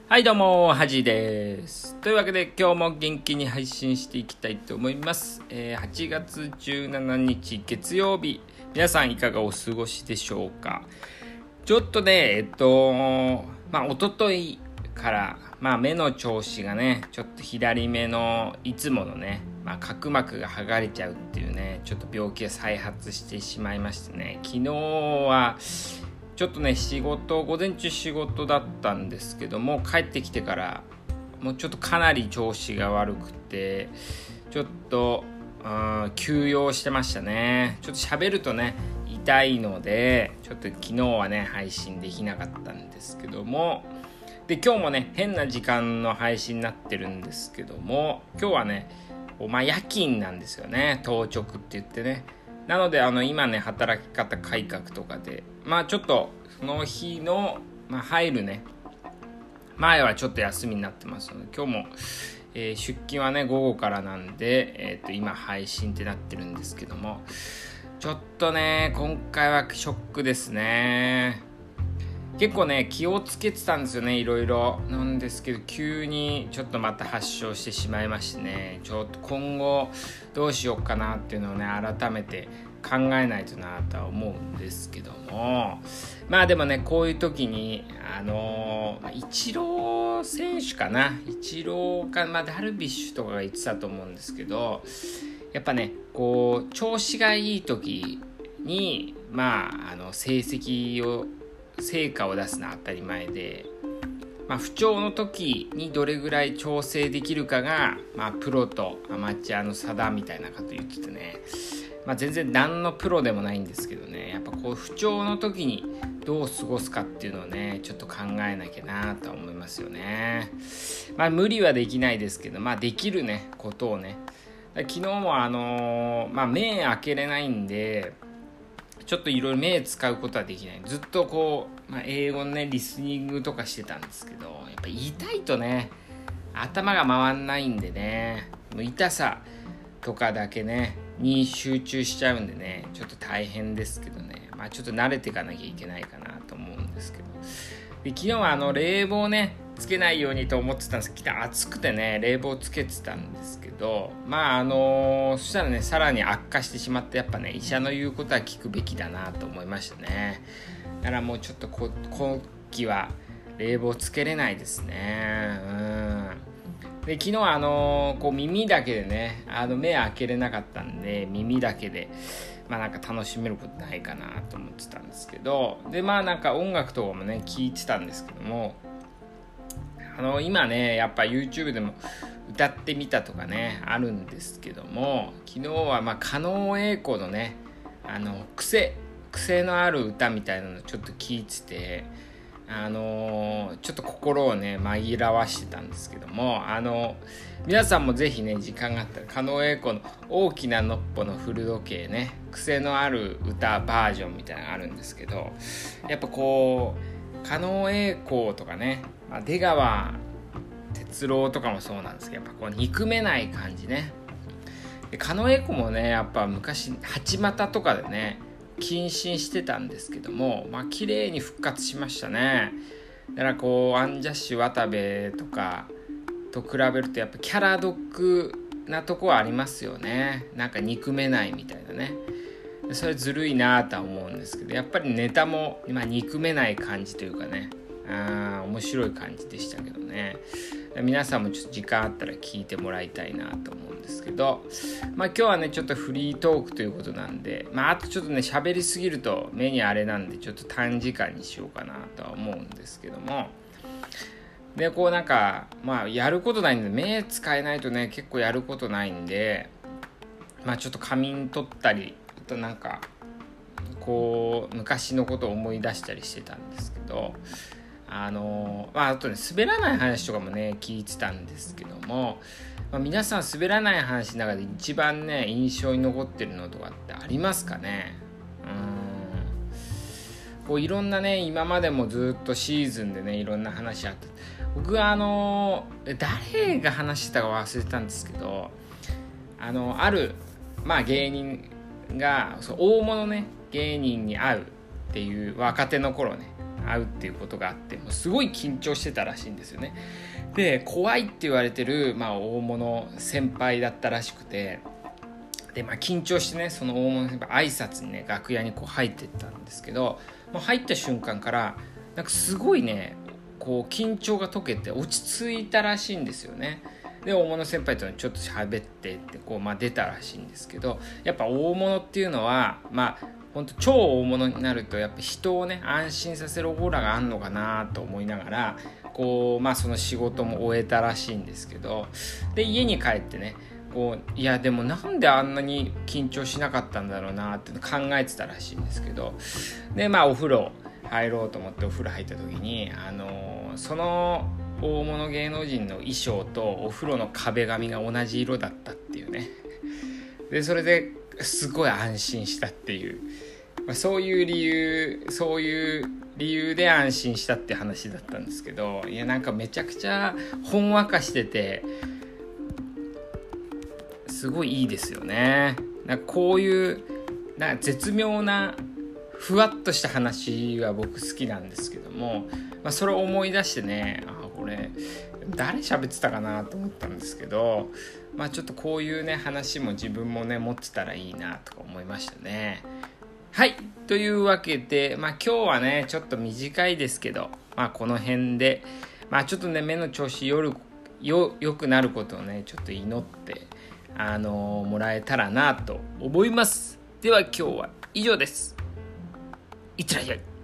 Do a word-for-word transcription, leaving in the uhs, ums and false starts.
はいどうもはじです。というわけで今日も元気に配信していきたいと思います。えー、はちがつじゅうしちにち月曜日、皆さんいかがお過ごしでしょうか。ちょっとねえっとまあ一昨日からまあ目の調子がねちょっと左目のいつものね、まあ、角膜が剥がれちゃうっていうねちょっと病気が再発してしまいましてね、昨日はちょっとね仕事午前中仕事だったんですけども、帰ってきてからもうちょっとかなり調子が悪くてちょっとうん休養してましたね。ちょっと喋るとね痛いのでちょっと昨日はね配信できなかったんですけども、で今日もね変な時間の配信になってるんですけども、今日はねまあ夜勤なんですよね、当直って言ってね。なのであの今ね働き方改革とかでまあちょっとその日の、まあ、入るね前はちょっと休みになってますので、今日も、えー、出勤はね午後からなんで、えー、と今配信ってなってるんですけども、ちょっとね今回はショックですね。結構ね気をつけてたんですよね、いろいろなんですけど急にちょっとまた発症してしまいましてね、ちょっと今後どうしようかなっていうのをね改めて考えないとなとは思うんですけども、まあでもねこういう時にあのー、イチロー選手かなイチローか、まあ、ダルビッシュとかが言ってたと思うんですけど、やっぱねこう調子がいい時にまああの成績を成果を出すのは当たり前で、まあ、不調の時にどれぐらい調整できるかが、まあ、プロとアマチュアの差だみたいなこと言っててね、まあ、全然何のプロでもないんですけどね、やっぱこう不調の時にどう過ごすかっていうのをねちょっと考えなきゃなと思いますよね。まあ無理はできないですけど、まあできるねことをね、昨日もあのー、まあ目開けれないんでちょっといろいろ目使うことはできない、ずっとこう、まあ、英語のねリスニングとかしてたんですけど、やっぱ痛いとね頭が回んないんでね、もう痛さとかだけねに集中しちゃうんでねちょっと大変ですけどね、まあちょっと慣れていかなきゃいけないかなと思うんですけど、で昨日はあの冷房ねつけないようにと思ってたんですけど、暑くてね冷房つけてたんですけど、まああのー、そしたらねさらに悪化してしまって、やっぱね医者の言うことは聞くべきだなと思いましたね。だからもうちょっとこ今期は冷房つけれないですね。うんで昨日はあのー、こう耳だけでねあの目開けれなかったんで、耳だけでまあなんか楽しめることないかなと思ってたんですけど、でまあなんか音楽とかもね聞いてたんですけども、あの今ねやっぱ YouTube でも歌ってみたとかねあるんですけども、昨日はまあ狩野英孝のねあの癖癖のある歌みたいなのちょっと聞いてて、あのー、ちょっと心をね紛らわしてたんですけども、あのー、皆さんもぜひね時間があったら狩野英孝の大きなのっぽの古時計ね癖のある歌バージョンみたいなのがあるんですけど、やっぱこう狩野英孝とかね、まあ、出川哲朗とかもそうなんですけど、やっぱこう憎めない感じね。で狩野英孝もねやっぱ昔八幡とかでね謹慎してたんですけども、まあ綺麗に復活しましたね。だからこうアンジャッシュ渡部とかと比べるとやっぱキャラドッグなとこはありますよね。なんか憎めないみたいなね、それずるいなとは思うんですけど、やっぱりネタも、まあ、憎めない感じというかね、あ面白い感じでしたけどね、皆さんもちょっと時間あったら聞いてもらいたいなと思うんですけど、まあ今日はねちょっとフリートークということなんで、まああとちょっとね喋りすぎると目にあれなんでちょっと短時間にしようかなとは思うんですけども、でこうなんかまあやることないんで目使えないとね結構やることないんで、まあちょっと仮眠取ったり、あとなんかこう昔のことを思い出したりしてたんですけど、あのまあ、あとね滑らない話とかもね聞いてたんですけども、まあ、皆さん滑らない話の中で一番ね印象に残ってるのとかってありますかね。うーんこういろんなね今までもずっとシーズンでねいろんな話あって、僕はあの誰が話してたか忘れてたんですけど、あのあるまあ芸人がそう大物ね芸人に会うっていう若手の頃ね会うっていうことがあって、もうすごい緊張してたらしいんですよね。で怖いって言われてる、まあ、大物先輩だったらしくて、で、まあ、緊張してね、その大物先輩挨拶にね楽屋にこう入ってったんですけど、もう入った瞬間からなんかすごいねこう緊張が解けて落ち着いたらしいんですよね。で大物先輩とちょっと喋ってってこう、まあ、出たらしいんですけど、やっぱ大物っていうのはまあ本当超大物になるとやっぱ人をね安心させるオーラがあるのかなと思いながらこう、まあ、その仕事も終えたらしいんですけど、で家に帰ってねこういやでもなんであんなに緊張しなかったんだろうなって考えてたらしいんですけど、でまあお風呂入ろうと思ってお風呂入った時にあのー、その大物芸能人の衣装とお風呂の壁紙が同じ色だったっていうね。でそれですごい安心したっていう、まあ、そういう理由そういう理由で安心したって話だったんですけど、いやなんかめちゃくちゃほんわかしててすごいいいですよね。なんかこういうなんか絶妙なふわっとした話は僕好きなんですけども、まあ、それを思い出してね、あこれ誰喋ってたかなと思ったんですけど、まあちょっとこういうね話も自分もね持ってたらいいなとか思いましたね。はいというわけで、まあ今日はねちょっと短いですけど、まあこの辺でまあちょっとね目の調子よるよ良くなることをねちょっと祈ってあのー、もらえたらなと思います。では今日は以上です。いってらっしゃい。